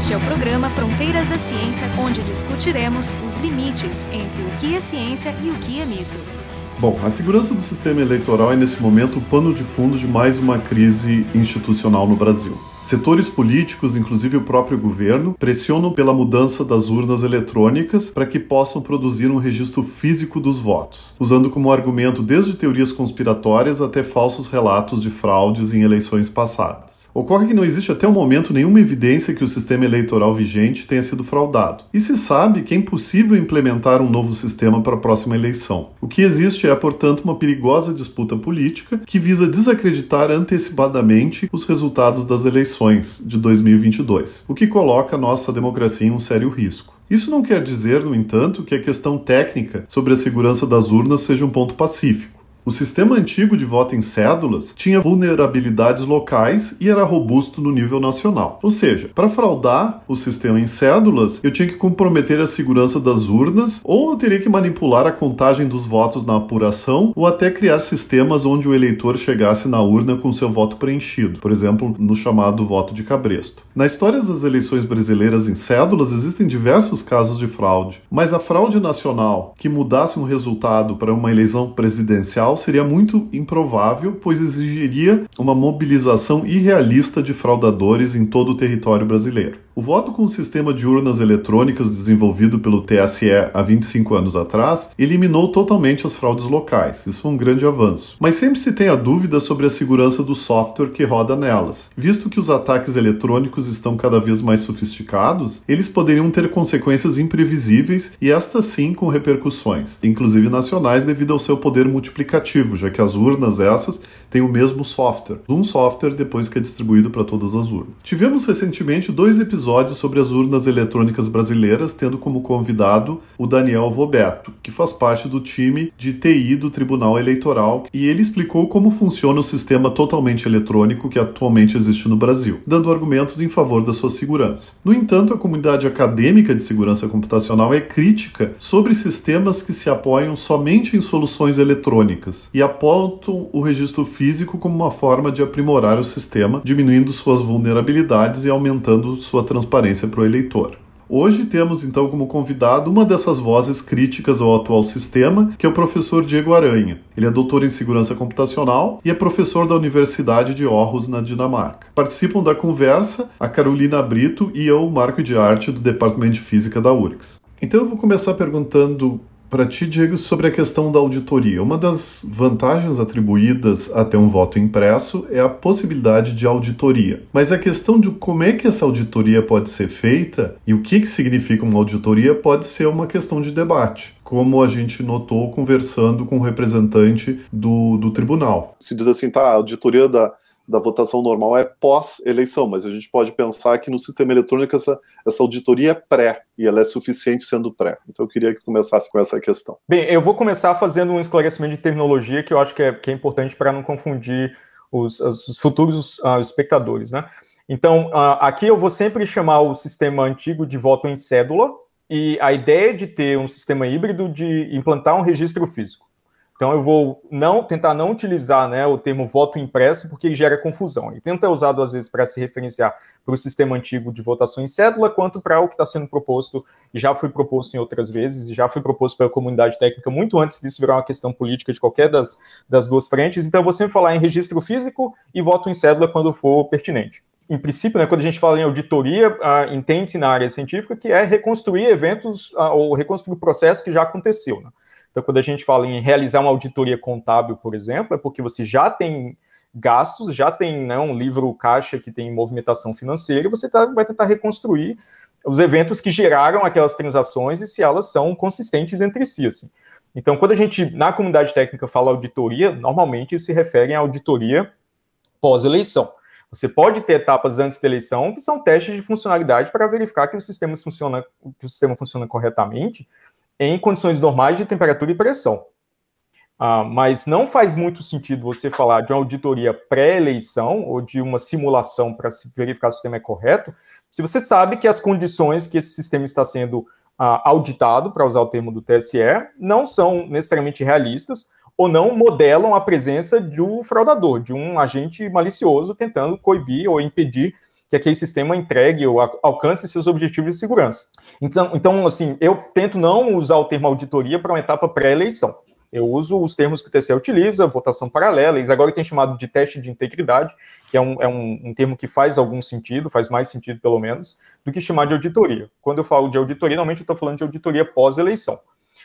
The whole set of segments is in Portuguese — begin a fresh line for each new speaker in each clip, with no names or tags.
Este é o programa Fronteiras da Ciência, onde discutiremos os limites entre o que é ciência e o que é mito.
Bom, a segurança do sistema eleitoral é nesse momento o pano de fundo de mais uma crise institucional no Brasil. Setores políticos, inclusive o próprio governo, pressionam pela mudança das urnas eletrônicas para que possam produzir um registro físico dos votos, usando como argumento desde teorias conspiratórias até falsos relatos de fraudes em eleições passadas. Ocorre que não existe até o momento nenhuma evidência que o sistema eleitoral vigente tenha sido fraudado. E se sabe que é impossível implementar um novo sistema para a próxima eleição. O que existe é, portanto, uma perigosa disputa política que visa desacreditar antecipadamente os resultados das eleições de 2022, o que coloca a nossa democracia em um sério risco. Isso não quer dizer, no entanto, que a questão técnica sobre a segurança das urnas seja um ponto pacífico. O sistema antigo de voto em cédulas tinha vulnerabilidades locais e era robusto no nível nacional. Ou seja, para fraudar o sistema em cédulas, eu tinha que comprometer a segurança das urnas, ou eu teria que manipular a contagem dos votos na apuração, ou até criar sistemas onde o eleitor chegasse na urna com seu voto preenchido, por exemplo, no chamado voto de cabresto. Na história das eleições brasileiras em cédulas, existem diversos casos de fraude, mas a fraude nacional que mudasse um resultado para uma eleição presidencial seria muito improvável, pois exigiria uma mobilização irrealista de fraudadores em todo o território brasileiro. O voto com o sistema de urnas eletrônicas desenvolvido pelo TSE há 25 anos atrás eliminou totalmente as fraudes locais. Isso foi um grande avanço. Mas sempre se tem a dúvida sobre a segurança do software que roda nelas. Visto que os ataques eletrônicos estão cada vez mais sofisticados, eles poderiam ter consequências imprevisíveis e estas sim com repercussões, inclusive nacionais, devido ao seu poder multiplicativo, já que as urnas essas têm o mesmo software. Um software depois que é distribuído para todas as urnas. Tivemos recentemente 2 episódios sobre as urnas eletrônicas brasileiras, tendo como convidado o Daniel Vobeto, que faz parte do time de TI do Tribunal Eleitoral, e ele explicou como funciona o sistema totalmente eletrônico que atualmente existe no Brasil, dando argumentos em favor da sua segurança. No entanto, a comunidade acadêmica de segurança computacional é crítica sobre sistemas que se apoiam somente em soluções eletrônicas e apontam o registro físico como uma forma de aprimorar o sistema, diminuindo suas vulnerabilidades e aumentando sua transparência para o eleitor. Hoje temos então como convidado uma dessas vozes críticas ao atual sistema, que é o professor Diego Aranha. Ele é doutor em segurança computacional e é professor da Universidade de Aarhus, na Dinamarca. Participam da conversa a Carolina Brito e eu, Marco de Arte, do Departamento de Física da URGS. Então eu vou começar perguntando para ti, Diego, sobre a questão da auditoria. Uma das vantagens atribuídas a ter um voto impresso é a possibilidade de auditoria. Mas a questão de como é que essa auditoria pode ser feita e o que significa uma auditoria pode ser uma questão de debate, como a gente notou conversando com o representante do tribunal. Se diz assim, a auditoria da votação normal é pós-eleição, mas a gente pode pensar que no sistema eletrônico essa auditoria é pré, e ela é suficiente sendo pré. Então eu queria que começasse com essa questão.
Bem, eu vou começar fazendo um esclarecimento de terminologia que eu acho que é importante para não confundir os futuros espectadores, né? Então, aqui eu vou sempre chamar o sistema antigo de voto em cédula, e a ideia de ter um sistema híbrido de implantar um registro físico. Então, eu vou tentar não utilizar, né, o termo voto impresso, porque ele gera confusão. E tanto é usado, às vezes, para se referenciar para o sistema antigo de votação em cédula, quanto para o que está sendo proposto, e já foi proposto em outras vezes, e já foi proposto pela comunidade técnica muito antes disso virar uma questão política de qualquer das duas frentes. Então, eu vou sempre falar em registro físico e voto em cédula quando for pertinente. Em princípio, né, quando a gente fala em auditoria, entende-se na área científica que é reconstruir eventos ou reconstruir o processo que já aconteceu, né? Então, quando a gente fala em realizar uma auditoria contábil, por exemplo, é porque você já tem gastos, já tem, né, um livro caixa que tem movimentação financeira, e você vai tentar reconstruir os eventos que geraram aquelas transações e se elas são consistentes entre si, assim. Então, quando a gente, na comunidade técnica, fala auditoria, normalmente isso se refere à auditoria pós-eleição. Você pode ter etapas antes da eleição, que são testes de funcionalidade para verificar que o sistema funciona corretamente, em condições normais de temperatura e pressão. Mas não faz muito sentido você falar de uma auditoria pré-eleição ou de uma simulação para verificar se o sistema é correto, se você sabe que as condições que esse sistema está sendo auditado, para usar o termo do TSE, não são necessariamente realistas ou não modelam a presença de um fraudador, de um agente malicioso tentando coibir ou impedir que aquele sistema entregue ou alcance seus objetivos de segurança. Então, assim, eu tento não usar o termo auditoria para uma etapa pré-eleição. Eu uso os termos que o TSE utiliza, votação paralela, eles agora têm chamado de teste de integridade, que é um termo que faz algum sentido, faz mais sentido pelo menos, do que chamar de auditoria. Quando eu falo de auditoria, normalmente eu estou falando de auditoria pós-eleição.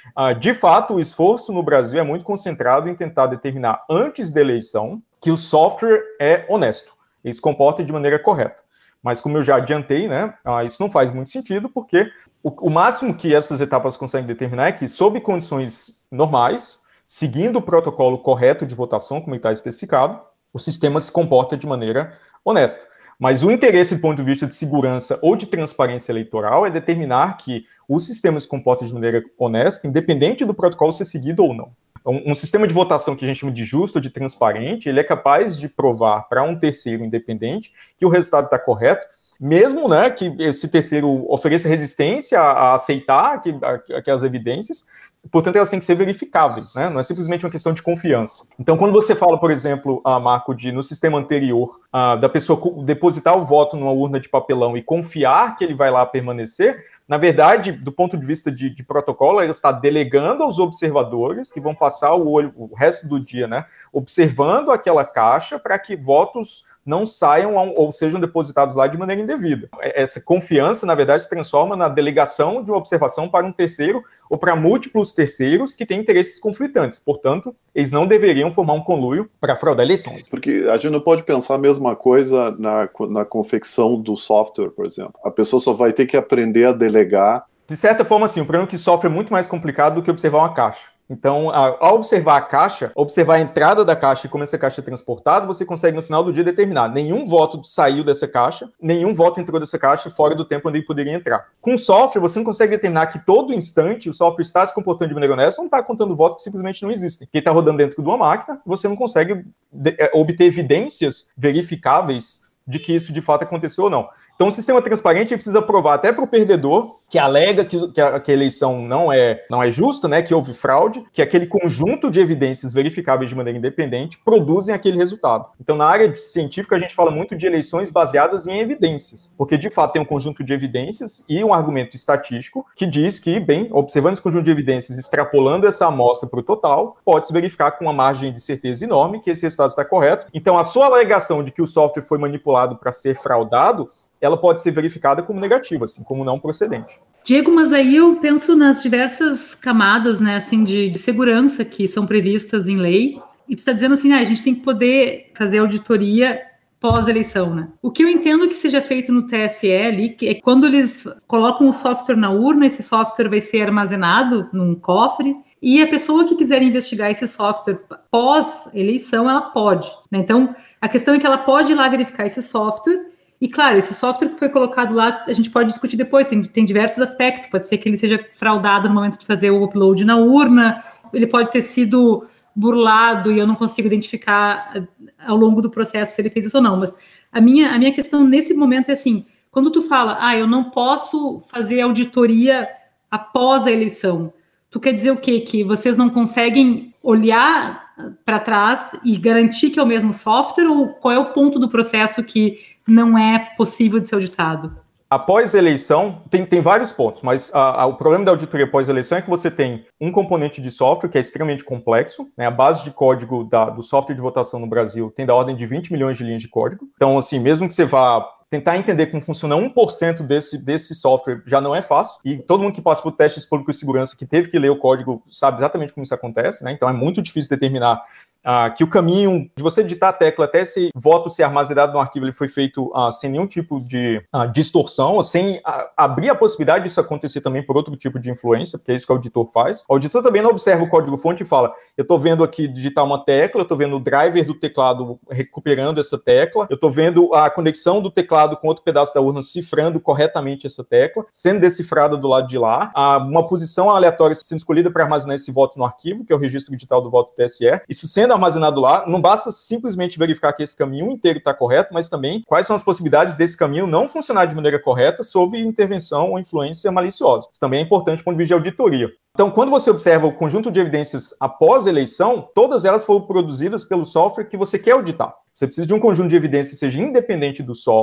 De fato, o esforço no Brasil é muito concentrado em tentar determinar antes da eleição que o software é honesto, ele se comporta de maneira correta. Mas como eu já adiantei, né, isso não faz muito sentido, porque o máximo que essas etapas conseguem determinar é que, sob condições normais, seguindo o protocolo correto de votação, como está especificado, o sistema se comporta de maneira honesta. Mas o interesse do ponto de vista de segurança ou de transparência eleitoral é determinar que o sistema se comporta de maneira honesta, independente do protocolo ser seguido ou não. Um sistema de votação que a gente chama de justo ou de transparente, ele é capaz de provar para um terceiro independente que o resultado está correto, mesmo, né, que esse terceiro ofereça resistência a aceitar aquelas evidências. Portanto, elas têm que ser verificáveis, né? Não é simplesmente uma questão de confiança. Então, quando você fala, por exemplo, Marco, no sistema anterior, da pessoa depositar o voto numa urna de papelão e confiar que ele vai lá permanecer, na verdade, do ponto de vista de protocolo, ela está delegando aos observadores que vão passar o resto do dia, né, observando aquela caixa para que votos não saiam ou sejam depositados lá de maneira indevida. Essa confiança, na verdade, se transforma na delegação de uma observação para um terceiro ou para múltiplos terceiros que têm interesses conflitantes. Portanto, eles não deveriam formar um conluio para fraudar eleições.
Porque a gente não pode pensar a mesma coisa na confecção do software, por exemplo. A pessoa só vai ter que aprender a delegar.
De certa forma, sim, o problema é que software é muito mais complicado do que observar uma caixa. Então, ao observar a caixa, observar a entrada da caixa e como essa caixa é transportada, você consegue, no final do dia, determinar nenhum voto saiu dessa caixa, nenhum voto entrou dessa caixa fora do tempo onde ele poderia entrar. Com software, você não consegue determinar que todo instante o software está se comportando de maneira honesta ou não está contando votos que simplesmente não existem. Que está rodando dentro de uma máquina, você não consegue obter evidências verificáveis de que isso de fato aconteceu ou não. Então, o sistema transparente precisa provar até para o perdedor que alega que a eleição não é justa, né, que houve fraude, que aquele conjunto de evidências verificáveis de maneira independente produzem aquele resultado. Então, na área científica, a gente fala muito de eleições baseadas em evidências, porque, de fato, tem um conjunto de evidências e um argumento estatístico que diz que, bem, observando esse conjunto de evidências, extrapolando essa amostra para o total, pode-se verificar com uma margem de certeza enorme que esse resultado está correto. Então, a sua alegação de que o software foi manipulado para ser fraudado, ela pode ser verificada como negativa, assim, como não procedente.
Diego, mas aí eu penso nas diversas camadas, né, assim, de segurança que são previstas em lei, e tu está dizendo assim, a gente tem que poder fazer auditoria pós-eleição, né? O que eu entendo que seja feito no TSE ali, que é quando eles colocam o software na urna, esse software vai ser armazenado num cofre, e a pessoa que quiser investigar esse software pós-eleição, ela pode, né? Então, a questão é que ela pode ir lá verificar esse software. E, claro, esse software que foi colocado lá, a gente pode discutir depois, tem diversos aspectos. Pode ser que ele seja fraudado no momento de fazer o upload na urna, ele pode ter sido burlado e eu não consigo identificar ao longo do processo se ele fez isso ou não. Mas a minha questão nesse momento é assim, quando tu fala, eu não posso fazer auditoria após a eleição, tu quer dizer o quê? Que vocês não conseguem olhar para trás e garantir que é o mesmo software, ou qual é o ponto do processo que não é possível de ser auditado?
Após a eleição, tem vários pontos, mas o problema da auditoria após a eleição é que você tem um componente de software que é extremamente complexo, né? A base de código do software de votação no Brasil tem da ordem de 20 milhões de linhas de código. Então, assim, mesmo que você vá tentar entender como funciona 1% desse software já não é fácil, e todo mundo que passa por testes públicos de segurança que teve que ler o código sabe exatamente como isso acontece, né? Então é muito difícil determinar que o caminho de você digitar a tecla até esse voto ser armazenado no arquivo ele foi feito sem nenhum tipo de distorção, ou sem abrir a possibilidade disso acontecer também por outro tipo de influência, porque é isso que o auditor faz. O auditor também não observa o código-fonte e fala, eu estou vendo aqui digitar uma tecla, eu estou vendo o driver do teclado recuperando essa tecla, eu estou vendo a conexão do teclado com outro pedaço da urna cifrando corretamente essa tecla, sendo decifrada do lado de lá, uma posição aleatória sendo escolhida para armazenar esse voto no arquivo, que é o registro digital do voto TSE, isso sendo armazenado lá, não basta simplesmente verificar que esse caminho inteiro está correto, mas também quais são as possibilidades desse caminho não funcionar de maneira correta sob intervenção ou influência maliciosa. Isso também é importante do ponto de vista de auditoria. Então, quando você observa o conjunto de evidências após a eleição, todas elas foram produzidas pelo software que você quer auditar. Você precisa de um conjunto de evidências que seja independente do software,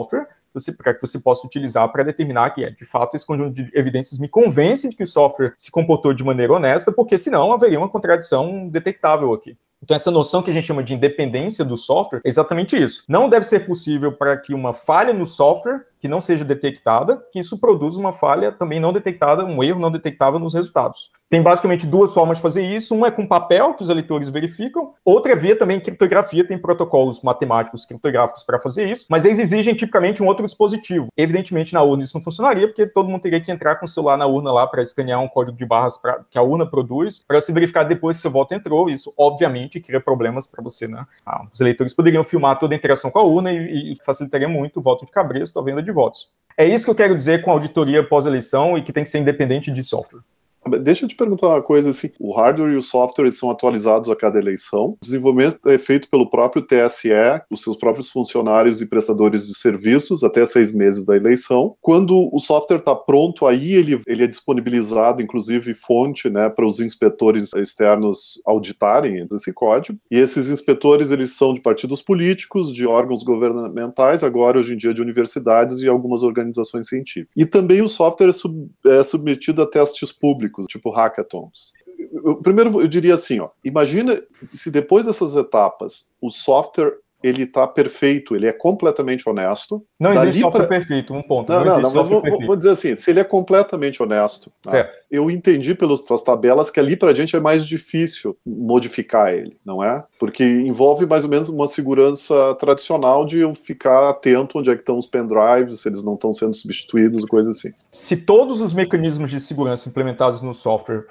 para que você possa utilizar para determinar que, de fato, esse conjunto de evidências me convence de que o software se comportou de maneira honesta, porque senão haveria uma contradição detectável aqui. Então, essa noção que a gente chama de independência do software é exatamente isso. Não deve ser possível para que uma falha no software que não seja detectada, que isso produza uma falha também não detectada, um erro não detectável nos resultados. Tem basicamente duas formas de fazer isso. Uma é com papel, que os eleitores verificam. Outra é via também criptografia. Tem protocolos matemáticos criptográficos para fazer isso, mas eles exigem tipicamente um outro dispositivo. Evidentemente, na urna isso não funcionaria, porque todo mundo teria que entrar com o celular na urna lá para escanear um código de barras que a urna produz, para se verificar depois se seu voto entrou. Isso, obviamente, cria problemas para você, né? Os eleitores poderiam filmar toda a interação com a urna e facilitaria muito o voto de cabresto, a venda de votos. É isso que eu quero dizer com a auditoria pós-eleição e que tem que ser independente de software.
Deixa eu te perguntar uma coisa, assim, o hardware e o software eles são atualizados a cada eleição, o desenvolvimento é feito pelo próprio TSE, os seus próprios funcionários e prestadores de serviços até 6 meses da eleição. Quando o software está pronto, aí ele é disponibilizado, inclusive fonte, né, para os inspetores externos auditarem esse código, e esses inspetores eles são de partidos políticos, de órgãos governamentais, agora hoje em dia de universidades e algumas organizações científicas. E também o software é submetido a testes públicos, tipo hackathons. Primeiro, eu diria assim, imagina se depois dessas etapas o software ele está perfeito, ele é completamente honesto.
Não existe software perfeito, um ponto.
Não, mas vou dizer assim, se ele é completamente honesto,
certo.
Eu entendi pelas tabelas que ali pra gente é mais difícil modificar ele, não é? Porque envolve mais ou menos uma segurança tradicional de eu ficar atento onde é que estão os pendrives, se eles não estão sendo substituídos, coisa assim.
Se todos os mecanismos de segurança implementados no software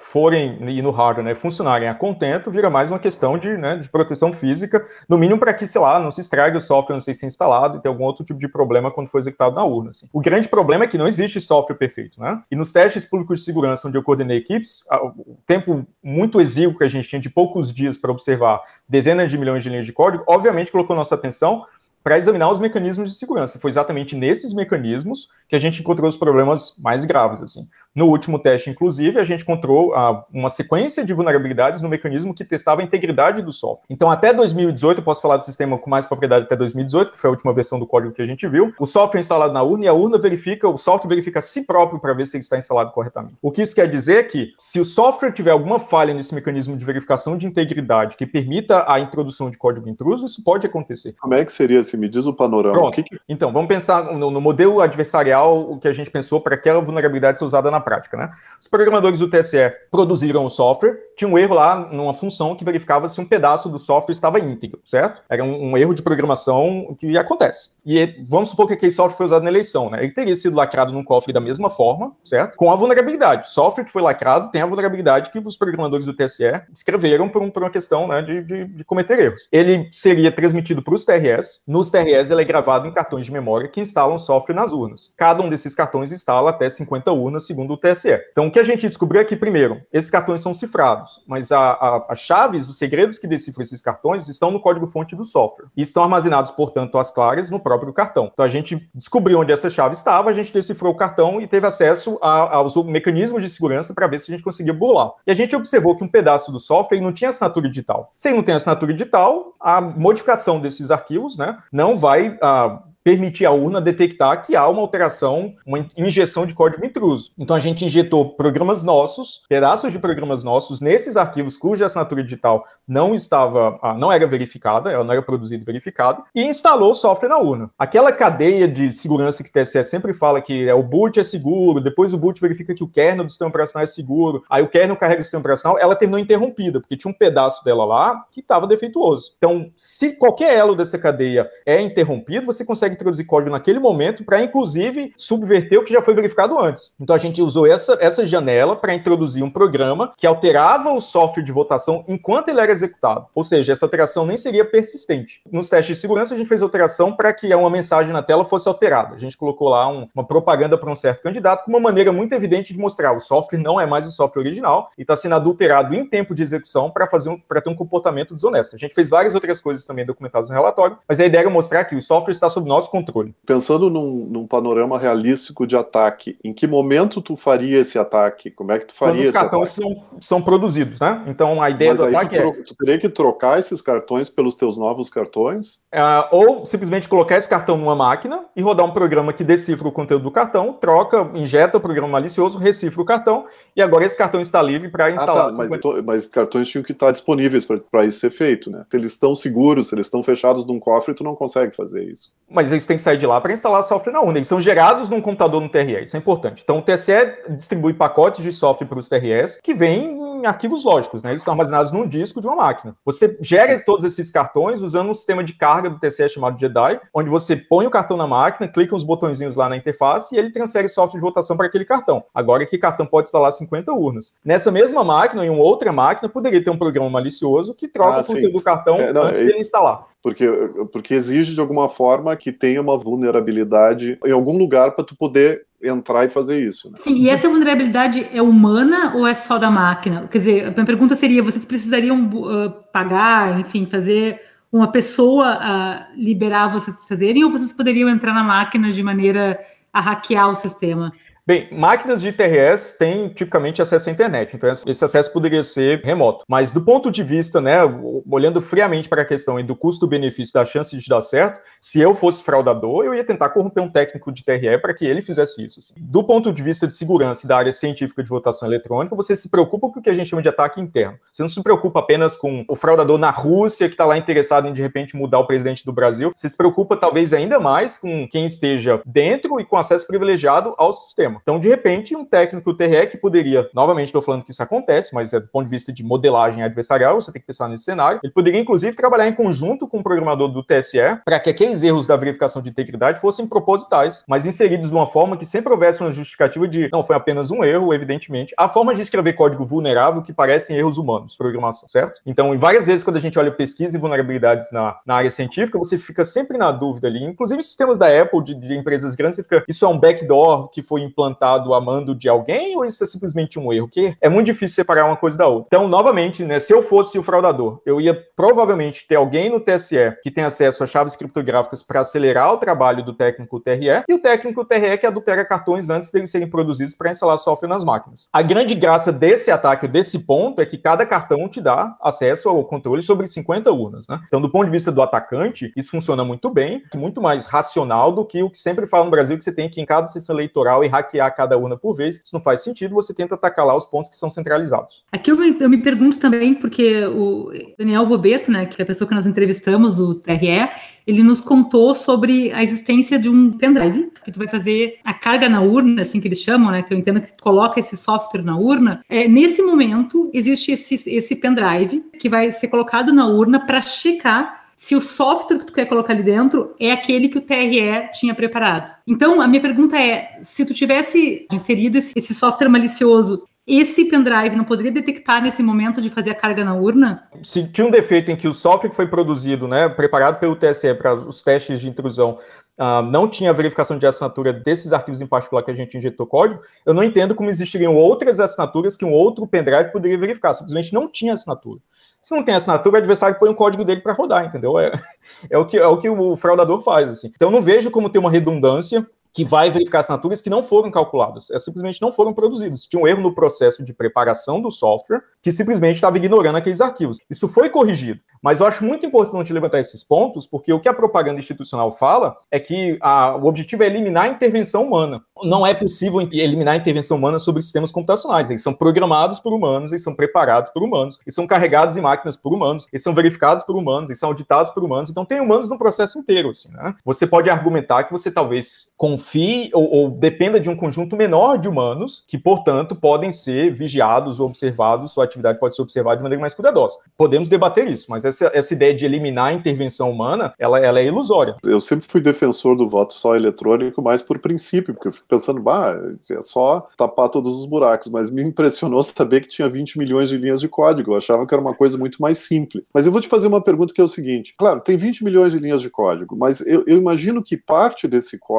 e no hardware, né, funcionarem a contento, vira mais uma questão de proteção física, no mínimo para que, sei lá, não se estrague o software, não sei se é instalado e ter algum outro tipo de problema quando for executado na urna. Assim. O grande problema é que não existe software perfeito, né? E nos testes públicos de segurança onde eu coordenei equipes, o tempo muito exíguo que a gente tinha de poucos dias para observar dezenas de milhões de linhas de código, obviamente colocou nossa atenção para examinar os mecanismos de segurança. Foi exatamente nesses mecanismos que a gente encontrou os problemas mais graves. Assim. No último teste, inclusive, a gente encontrou uma sequência de vulnerabilidades no mecanismo que testava a integridade do software. Então, até 2018, eu posso falar do sistema com mais propriedade até 2018, que foi a última versão do código que a gente viu, o software é instalado na urna e a urna o software verifica a si próprio para ver se ele está instalado corretamente. O que isso quer dizer é que, se o software tiver alguma falha nesse mecanismo de verificação de integridade que permita a introdução de código intruso, isso pode acontecer.
Como é que seria? Me diz o panorama.
Pronto. Então, vamos pensar no modelo adversarial, o que a gente pensou para aquela vulnerabilidade ser usada na prática, né? Os programadores do TSE produziram o software, tinha um erro lá numa função que verificava se um pedaço do software estava íntegro, certo? Era um erro de programação que acontece. E vamos supor que aquele software foi usado na eleição, né? Ele teria sido lacrado num cofre da mesma forma, certo? Com a vulnerabilidade. O software que foi lacrado tem a vulnerabilidade que os programadores do TSE escreveram por uma questão, né, de cometer erros. Ele seria transmitido para os TRS. Nos TRS, ele é gravado em cartões de memória que instalam software nas urnas. Cada um desses cartões instala até 50 urnas, segundo o TSE. Então, o que a gente descobriu é que, primeiro, esses cartões são cifrados, mas as chaves, os segredos que decifram esses cartões estão no código-fonte do software. E estão armazenados, portanto, às claras no próprio cartão. Então, a gente descobriu onde essa chave estava, a gente decifrou o cartão e teve acesso aos mecanismos de segurança para ver se a gente conseguia burlar. E a gente observou que um pedaço do software não tinha assinatura digital. Se ele não tem assinatura digital, a modificação desses arquivos, né, não vai permitir à urna detectar que há uma alteração, uma injeção de código intruso. Então a gente injetou programas nossos, pedaços de programas nossos, nesses arquivos cuja assinatura digital não era verificada, ela não era produzida e verificada, e instalou o software na urna. Aquela cadeia de segurança que o TSE sempre fala que o boot é seguro, depois o boot verifica que o kernel do sistema operacional é seguro, aí o kernel carrega o sistema operacional, ela terminou interrompida, porque tinha um pedaço dela lá que estava defeituoso. Então, se qualquer elo dessa cadeia é interrompido, você consegue introduzir código naquele momento para, inclusive, subverter o que já foi verificado antes. Então, a gente usou essa janela para introduzir um programa que alterava o software de votação enquanto ele era executado. Ou seja, essa alteração nem seria persistente. Nos testes de segurança, a gente fez alteração para que uma mensagem na tela fosse alterada. A gente colocou lá uma propaganda para um certo candidato com uma maneira muito evidente de mostrar o software não é mais o software original e está sendo adulterado em tempo de execução para ter um comportamento desonesto. A gente fez várias outras coisas também documentadas no relatório, mas a ideia era mostrar que o software está sob nosso nosso controle.
Pensando num panorama realístico de ataque, em que momento tu faria esse ataque? Como é que tu faria esse ataque?
Quando os cartões são produzidos, né? Então, a ideia do ataque
tu teria que trocar esses cartões pelos teus novos cartões?
Ou simplesmente colocar esse cartão numa máquina e rodar um programa que decifra o conteúdo do cartão, troca, injeta o programa malicioso, recifra o cartão, e agora esse cartão está livre para instalar.
Mas cartões tinham que estar disponíveis para isso ser feito, né? Se eles estão seguros, se eles estão fechados num cofre, tu não consegue fazer isso.
Mas eles têm que sair de lá para instalar software na urna. Eles são gerados num computador no TRE, isso é importante. Então o TSE distribui pacotes de software para os TREs que vêm em arquivos lógicos, né? Eles estão armazenados num disco de uma máquina. Você gera todos esses cartões usando um sistema de carga do TSE chamado JEDI, onde você põe o cartão na máquina, clica uns botõezinhos lá na interface e ele transfere software de votação para aquele cartão. Agora, que cartão pode instalar 50 urnas. Nessa mesma máquina, em uma outra máquina, poderia ter um programa malicioso que troca o conteúdo do cartão antes dele instalar.
Porque exige, de alguma forma, que tenha uma vulnerabilidade em algum lugar para tu poder entrar e fazer isso. Né?
Sim, e essa vulnerabilidade é humana ou é só da máquina? Quer dizer, a minha pergunta seria, vocês precisariam pagar, enfim, fazer uma pessoa liberar vocês fazerem, ou vocês poderiam entrar na máquina de maneira a hackear o sistema?
Bem, máquinas de TRS têm tipicamente acesso à internet, então esse acesso poderia ser remoto. Mas do ponto de vista, né, olhando friamente para a questão do custo-benefício da chance de dar certo, se eu fosse fraudador, eu ia tentar corromper um técnico de TRE para que ele fizesse isso. Assim. Do ponto de vista de segurança e da área científica de votação eletrônica, você se preocupa com o que a gente chama de ataque interno. Você não se preocupa apenas com o fraudador na Rússia que está lá interessado em, de repente, mudar o presidente do Brasil. Você se preocupa, talvez, ainda mais com quem esteja dentro e com acesso privilegiado ao sistema. Então, de repente, um técnico TRE que poderia, novamente estou falando que isso acontece, mas do ponto de vista de modelagem adversarial, você tem que pensar nesse cenário, ele poderia, inclusive, trabalhar em conjunto com o programador do TSE para que aqueles erros da verificação de integridade fossem propositais, mas inseridos de uma forma que sempre houvesse uma justificativa de, não, foi apenas um erro, evidentemente. Há formas de escrever código vulnerável que parecem erros humanos, programação, certo? Então, várias vezes, quando a gente olha pesquisa e vulnerabilidades na área científica, você fica sempre na dúvida ali, inclusive sistemas da Apple, de empresas grandes, você fica, isso é um backdoor que foi implantado a mando de alguém ou isso é simplesmente um erro? Que é muito difícil separar uma coisa da outra. Então, novamente, né, se eu fosse o fraudador, eu ia provavelmente ter alguém no TSE que tem acesso a chaves criptográficas para acelerar o trabalho do técnico TRE e o técnico TRE que adultera cartões antes deles serem produzidos para instalar software nas máquinas. A grande graça desse ataque, desse ponto, é que cada cartão te dá acesso ao controle sobre 50 urnas, né? Então, do ponto de vista do atacante, isso funciona muito bem, muito mais racional do que o que sempre fala no Brasil, que você tem que ir em cada sessão eleitoral e hackear cada urna por vez. Isso não faz sentido, você tenta atacar lá os pontos que são centralizados.
Aqui eu me pergunto também, porque o Daniel Vobeto, né, que é a pessoa que nós entrevistamos do TRE, ele nos contou sobre a existência de um pendrive, que tu vai fazer a carga na urna, assim que eles chamam, né, que eu entendo que tu coloca esse software na urna. Nesse momento, existe esse pendrive que vai ser colocado na urna para checar se o software que tu quer colocar ali dentro é aquele que o TRE tinha preparado. Então, a minha pergunta é, se tu tivesse inserido esse software malicioso, esse pendrive não poderia detectar nesse momento de fazer a carga na urna?
Se tinha um defeito em que o software que foi produzido, né, preparado pelo TSE para os testes de intrusão, não tinha verificação de assinatura desses arquivos em particular que a gente injetou código, eu não entendo como existiriam outras assinaturas que um outro pendrive poderia verificar. Simplesmente não tinha assinatura. Se não tem assinatura, o adversário põe o código dele para rodar, entendeu? É o que o fraudador faz, assim. Então, eu não vejo como ter uma redundância que vai verificar assinaturas que não foram calculadas, simplesmente não foram produzidas. Tinha um erro no processo de preparação do software que simplesmente estava ignorando aqueles arquivos. Isso foi corrigido, mas eu acho muito importante levantar esses pontos, porque o que a propaganda institucional fala é que o objetivo é eliminar a intervenção humana. Não é possível eliminar a intervenção humana sobre sistemas computacionais. Eles são programados por humanos, eles são preparados por humanos, eles são carregados em máquinas por humanos, eles são verificados por humanos, eles são auditados por humanos, então tem humanos no processo inteiro, assim, né? Você pode argumentar que você talvez confie ou dependa de um conjunto menor de humanos que, portanto, podem ser vigiados ou observados, sua atividade pode ser observada de maneira mais cuidadosa. Podemos debater isso, mas essa ideia de eliminar a intervenção humana, ela é ilusória.
Eu sempre fui defensor do voto só eletrônico, mais por princípio, porque eu fico pensando, é só tapar todos os buracos, mas me impressionou saber que tinha 20 milhões de linhas de código. Eu achava que era uma coisa muito mais simples. Mas eu vou te fazer uma pergunta que é o seguinte, claro, tem 20 milhões de linhas de código, mas eu imagino que parte desse código não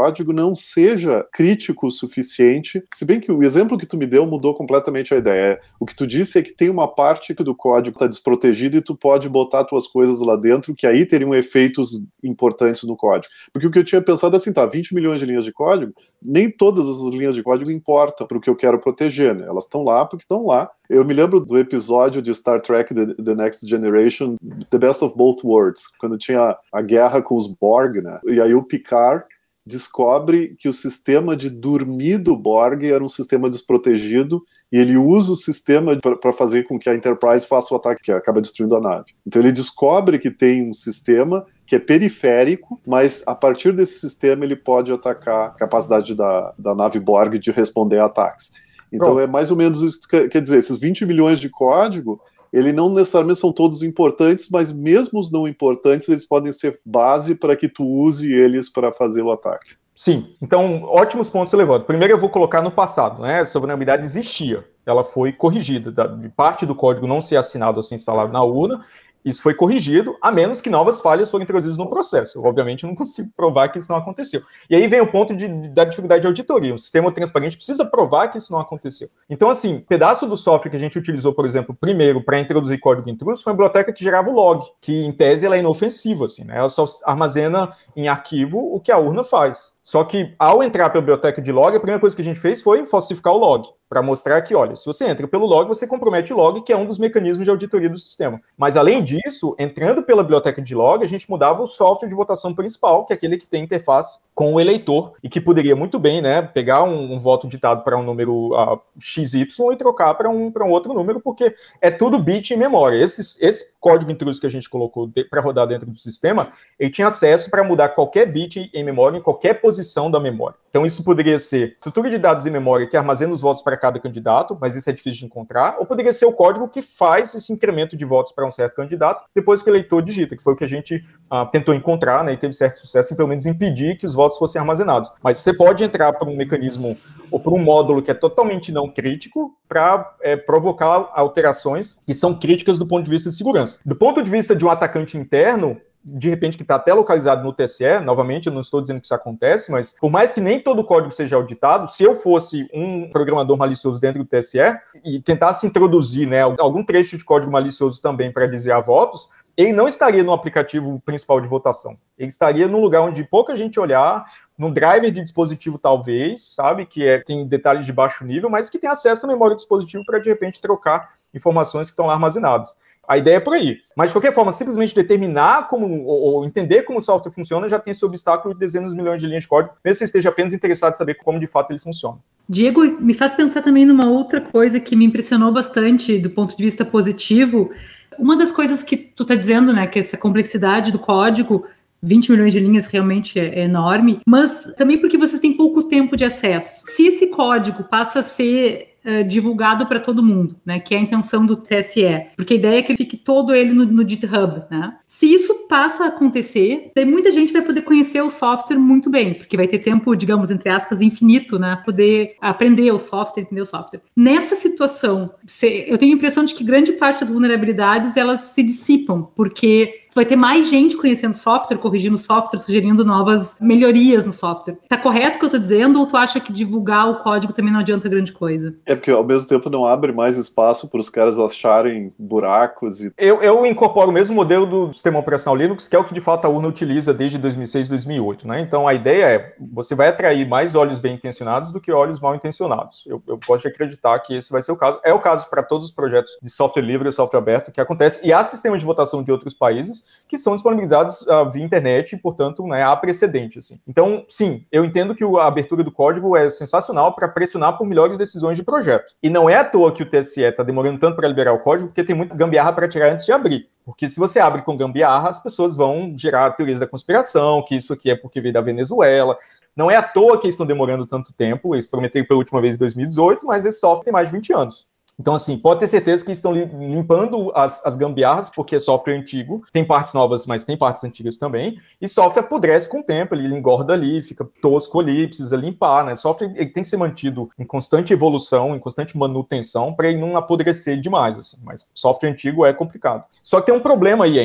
não seja crítico o suficiente, se bem que o exemplo que tu me deu mudou completamente a ideia. O que tu disse é que tem uma parte do código que está desprotegida e tu pode botar tuas coisas lá dentro, que aí teriam efeitos importantes no código. Porque o que eu tinha pensado é assim, 20 milhões de linhas de código, nem todas essas linhas de código importam para o que eu quero proteger, né? Elas estão lá porque estão lá. Eu me lembro do episódio de Star Trek The Next Generation, The Best of Both Worlds, quando tinha a guerra com os Borg, né? E aí o Picard descobre que o sistema de dormir do Borg era um sistema desprotegido e ele usa o sistema para fazer com que a Enterprise faça o ataque que acaba destruindo a nave. Então ele descobre que tem um sistema que é periférico, mas a partir desse sistema ele pode atacar a capacidade da nave Borg de responder a ataques. Então é mais ou menos isso que quer dizer, esses 20 milhões de código, ele não necessariamente são todos importantes, mas mesmo os não importantes, eles podem ser base para que tu use eles para fazer o ataque.
Sim, então, ótimos pontos você levanta. Primeiro eu vou colocar no passado, né? Essa vulnerabilidade existia, ela foi corrigida, de parte do código não ser assinado ou ser instalado na urna, isso foi corrigido, a menos que novas falhas foram introduzidas no processo. Eu, obviamente, não consigo provar que isso não aconteceu. E aí vem o ponto da dificuldade de auditoria. Um sistema transparente precisa provar que isso não aconteceu. Então, assim, pedaço do software que a gente utilizou, por exemplo, primeiro para introduzir código intruso foi uma biblioteca que gerava o log, que, em tese, ela é inofensiva, assim, né? Ela só armazena em arquivo o que a urna faz. Só que, ao entrar pela biblioteca de log, a primeira coisa que a gente fez foi falsificar o log, para mostrar que, olha, se você entra pelo log, você compromete o log, que é um dos mecanismos de auditoria do sistema. Mas, além disso, entrando pela biblioteca de log, a gente mudava o software de votação principal, que é aquele que tem interface com o eleitor, e que poderia muito bem, né, pegar um voto ditado para um número XY e trocar para um outro número, porque é tudo bit em memória. Esse código intruso que a gente colocou para rodar dentro do sistema, ele tinha acesso para mudar qualquer bit em memória, em qualquer posição da memória. Então isso poderia ser estrutura de dados em memória que armazena os votos para cada candidato, mas isso é difícil de encontrar, ou poderia ser o código que faz esse incremento de votos para um certo candidato, depois que o eleitor digita, que foi o que a gente tentou encontrar, né, e teve certo sucesso em pelo menos impedir que os votos fossem armazenados. Mas você pode entrar por um mecanismo ou por um módulo que é totalmente não crítico para provocar alterações que são críticas do ponto de vista de segurança. Do ponto de vista de um atacante interno, de repente que está até localizado no TSE, novamente, eu não estou dizendo que isso acontece, mas por mais que nem todo o código seja auditado, se eu fosse um programador malicioso dentro do TSE e tentasse introduzir, né, algum trecho de código malicioso também para desviar votos, ele não estaria no aplicativo principal de votação. Ele estaria num lugar onde pouca gente olhar, num driver de dispositivo talvez, sabe, que tem detalhes de baixo nível, mas que tem acesso à memória do dispositivo para, de repente, trocar informações que estão lá armazenadas. A ideia é por aí. Mas, de qualquer forma, simplesmente determinar como, ou entender como o software funciona, já tem esse obstáculo de dezenas de milhões de linhas de código, mesmo que você esteja apenas interessado em saber como, de fato, ele funciona.
Diego, me faz pensar também numa outra coisa que me impressionou bastante do ponto de vista positivo. Uma das coisas que tu está dizendo, né, que essa complexidade do código, 20 milhões de linhas realmente é enorme, mas também porque vocês têm pouco tempo de acesso. Se esse código passa a ser divulgado para todo mundo, né, que é a intenção do TSE, porque a ideia é que ele fique todo ele no GitHub, né? Se isso passa a acontecer, daí muita gente vai poder conhecer o software muito bem, porque vai ter tempo, digamos, entre aspas, infinito, né, poder aprender o software, entender o software. Nessa situação, eu tenho a impressão de que grande parte das vulnerabilidades, elas se dissipam, porque vai ter mais gente conhecendo software, corrigindo software, sugerindo novas melhorias no software. Tá correto o que eu tô dizendo, ou tu acha que divulgar o código também não adianta grande coisa?
É porque, ao mesmo tempo, não abre mais espaço para os caras acharem buracos.
Eu incorporo o mesmo modelo do sistema operacional Linux, que é o que, de fato, a urna utiliza desde 2006, 2008, né? Então, a ideia é, você vai atrair mais olhos bem intencionados do que olhos mal intencionados. Eu gosto de acreditar que esse vai ser o caso. É o caso para todos os projetos de software livre e software aberto que acontece, e há sistemas de votação de outros países que são disponibilizados via internet e, portanto, né, há precedente. Assim. Então, sim, eu entendo que a abertura do código é sensacional para pressionar por melhores decisões de projeto. E não é à toa que o TSE está demorando tanto para liberar o código, porque tem muita gambiarra para tirar antes de abrir. Porque se você abre com gambiarra, as pessoas vão gerar teorias da conspiração, que isso aqui é porque veio da Venezuela. Não é à toa que eles estão demorando tanto tempo, eles prometeram pela última vez em 2018, mas esse software tem mais de 20 anos. Então, assim, pode ter certeza que estão limpando as gambiarras, porque é software antigo, tem partes novas, mas tem partes antigas também, e software apodrece com o tempo, ele engorda ali, fica tosco ali, precisa limpar, né? Software ele tem que ser mantido em constante evolução, em constante manutenção, para ele não apodrecer demais, assim, mas software antigo é complicado. Só que tem um problema aí ainda.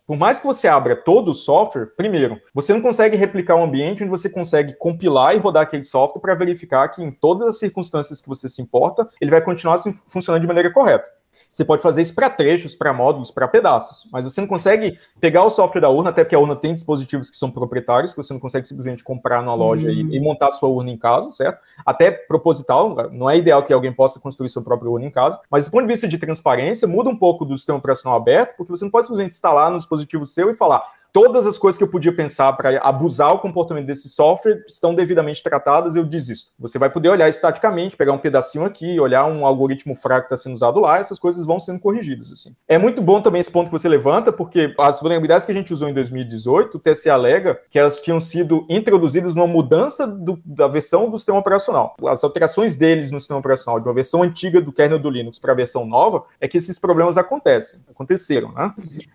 Por mais que você abra todo o software, primeiro, você não consegue replicar um ambiente onde você consegue compilar e rodar aquele software para verificar que em todas as circunstâncias que você se importa, ele vai continuar funcionando de maneira correta. Você pode fazer isso para trechos, para módulos, para pedaços, mas você não consegue pegar o software da urna, até porque a urna tem dispositivos que são proprietários, que você não consegue simplesmente comprar numa loja e montar a sua urna em casa, certo? Até proposital, não é ideal que alguém possa construir sua própria urna em casa, mas do ponto de vista de transparência, muda um pouco do sistema operacional aberto, porque você não pode simplesmente instalar no dispositivo seu e falar: todas as coisas que eu podia pensar para abusar o comportamento desse software estão devidamente tratadas, eu desisto. Você vai poder olhar estaticamente, pegar um pedacinho aqui, olhar um algoritmo fraco que está sendo usado lá, essas coisas vão sendo corrigidas, assim. É muito bom também esse ponto que você levanta, porque as vulnerabilidades que a gente usou em 2018, o TSE alega que elas tinham sido introduzidas numa mudança da versão do sistema operacional. As alterações deles no sistema operacional, de uma versão antiga do kernel do Linux para a versão nova, é que esses problemas aconteceram, né?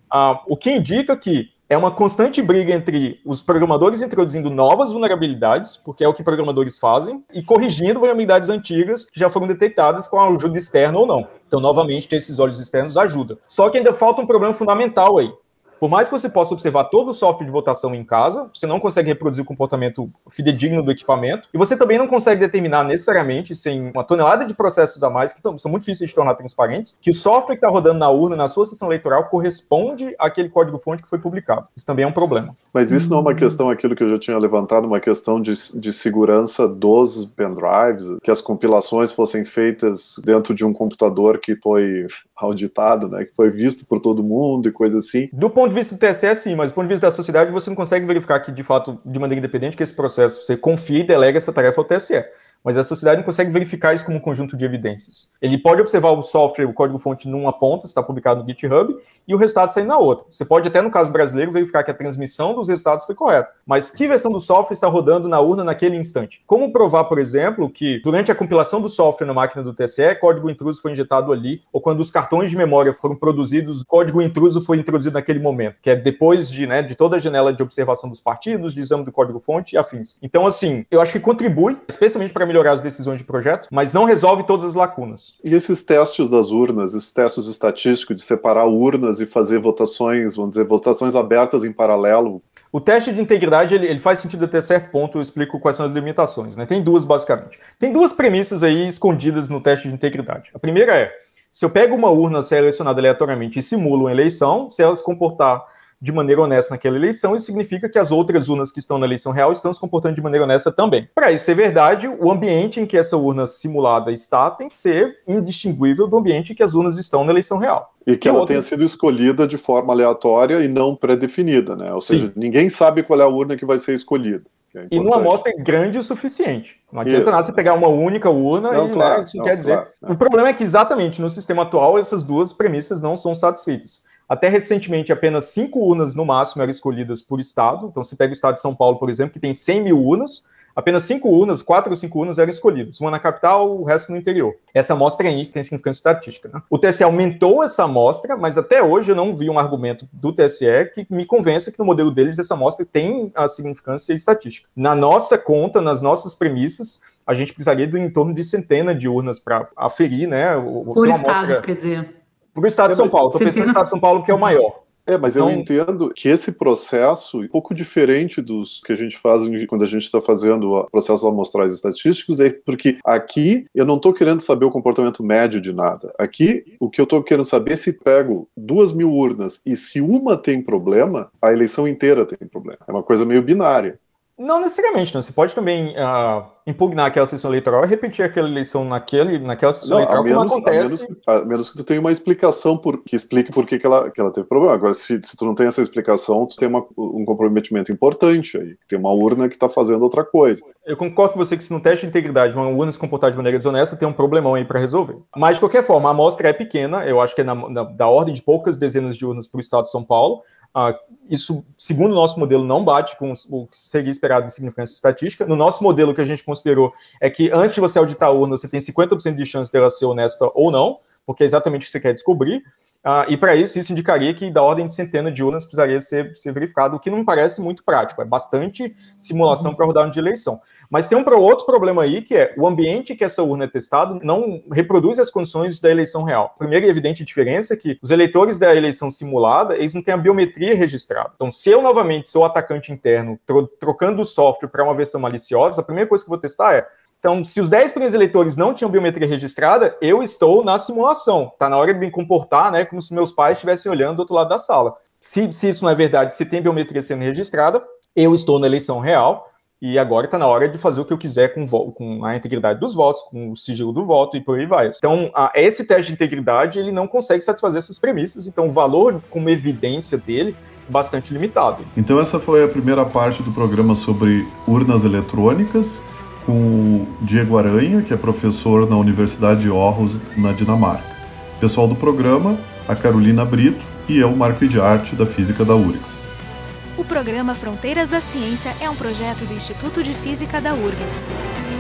O que indica que é uma constante briga entre os programadores introduzindo novas vulnerabilidades, porque é o que programadores fazem, e corrigindo vulnerabilidades antigas que já foram detectadas com a ajuda externa ou não. Então, novamente, ter esses olhos externos ajuda. Só que ainda falta um problema fundamental aí. Por mais que você possa observar todo o software de votação em casa, você não consegue reproduzir o comportamento fidedigno do equipamento, e você também não consegue determinar necessariamente, sem uma tonelada de processos a mais, que são muito difíceis de tornar transparentes, que o software que está rodando na urna, na sua sessão eleitoral, corresponde àquele código-fonte que foi publicado. Isso também é um problema.
Mas isso não é uma questão, aquilo que eu já tinha levantado, uma questão de segurança dos pendrives, que as compilações fossem feitas dentro de um computador que foi auditado, né, que foi visto por todo mundo e coisa assim.
Do ponto de vista do TSE, sim, mas do ponto de vista da sociedade, você não consegue verificar que, de fato, de maneira independente, que esse processo, você confia e delega essa tarefa ao TSE. Mas a sociedade não consegue verificar isso como um conjunto de evidências. Ele pode observar o software, o código-fonte numa ponta, está publicado no GitHub, e o resultado sair na outra. Você pode até, no caso brasileiro, verificar que a transmissão dos resultados foi correta. Mas que versão do software está rodando na urna naquele instante? Como provar, por exemplo, que durante a compilação do software na máquina do TSE, código intruso foi injetado ali, ou quando os cartões de memória foram produzidos, código intruso foi introduzido naquele momento, que é depois de toda a janela de observação dos partidos, de exame do código-fonte e afins. Então, assim, eu acho que contribui, especialmente para melhorar as decisões de projeto, mas não resolve todas as lacunas.
E esses testes das urnas, esses testes estatísticos de separar urnas e fazer votações, vamos dizer, votações abertas em paralelo?
O teste de integridade, ele faz sentido até certo ponto, eu explico quais são as limitações, né? Tem duas, basicamente. Tem duas premissas aí escondidas no teste de integridade. A primeira é, se eu pego uma urna selecionada aleatoriamente e simulo uma eleição, se ela se comportar de maneira honesta naquela eleição, isso significa que as outras urnas que estão na eleição real estão se comportando de maneira honesta também. Para isso ser verdade, o ambiente em que essa urna simulada está tem que ser indistinguível do ambiente em que as urnas estão na eleição real.
E que ela tenha sido escolhida de forma aleatória e não pré-definida, né? Ou seja, ninguém sabe qual é a urna que vai ser escolhida.
E numa amostra grande o suficiente. Não adianta nada você pegar uma única urna quer dizer. O problema é que exatamente no sistema atual essas duas premissas não são satisfeitas. Até recentemente, apenas 5 urnas no máximo eram escolhidas por estado. Então, você pega o estado de São Paulo, por exemplo, que tem 100 mil urnas, apenas 5 urnas, 4 ou 5 urnas eram escolhidas. Uma na capital, o resto no interior. Essa amostra aí tem significância estatística, né? O TSE aumentou essa amostra, mas até hoje eu não vi um argumento do TSE que me convença que no modelo deles essa amostra tem a significância estatística. Na nossa conta, nas nossas premissas, a gente precisaria de em torno de centenas de urnas para aferir, né?
Por estado, quer dizer...
Para o estado de São Paulo. Estou pensando no estado de São Paulo, que é o maior.
Mas então, eu entendo que esse processo, um pouco diferente dos que a gente faz quando a gente está fazendo processos amostrais estatísticos, é porque aqui eu não estou querendo saber o comportamento médio de nada. Aqui, o que eu estou querendo saber é se pego 2.000 urnas e se uma tem problema, a eleição inteira tem problema. É uma coisa meio binária.
Não necessariamente, não. Você pode também impugnar aquela sessão eleitoral e repetir aquela eleição naquela sessão eleitoral, como acontece.
A menos que tu tenha uma explicação que explique por que ela teve problema. Agora, se tu não tem essa explicação, tu tem um comprometimento importante aí. Tem uma urna que está fazendo outra coisa.
Eu concordo com você que se no teste de integridade uma urna se comportar de maneira desonesta, tem um problemão aí para resolver. Mas, de qualquer forma, a amostra é pequena. Eu acho que é da ordem de poucas dezenas de urnas para o estado de São Paulo. Isso, segundo o nosso modelo, não bate com o que seria esperado de significância estatística. No nosso modelo, o que a gente considerou é que antes de você auditar a urna, você tem 50% de chance dela ser honesta ou não, porque é exatamente o que você quer descobrir. e para isso indicaria que da ordem de centenas de urnas precisaria ser verificado, o que não me parece muito prático. É bastante simulação para rodar de eleição. Mas tem outro problema aí, que é o ambiente que essa urna é testada não reproduz as condições da eleição real. A primeira e evidente diferença é que os eleitores da eleição simulada, eles não têm a biometria registrada. Então, se eu novamente sou atacante interno, trocando o software para uma versão maliciosa, a primeira coisa que eu vou testar é, então, se os 10 primeiros eleitores não tinham biometria registrada, eu estou na simulação. Está na hora de me comportar, né, como se meus pais estivessem olhando do outro lado da sala. Se isso não é verdade, se tem biometria sendo registrada, eu estou na eleição real. E agora está na hora de fazer o que eu quiser com a integridade dos votos, com o sigilo do voto e por aí vai. Então, esse teste de integridade, ele não consegue satisfazer essas premissas, então o valor como evidência dele é bastante limitado.
Então essa foi a primeira parte do programa sobre urnas eletrônicas, com o Diego Aranha, que é professor na Universidade de Aarhus, na Dinamarca. Pessoal do programa, a Carolina Brito e eu, Marco Idiarte, da Física da URGS.
O programa Fronteiras da Ciência é um projeto do Instituto de Física da URGS.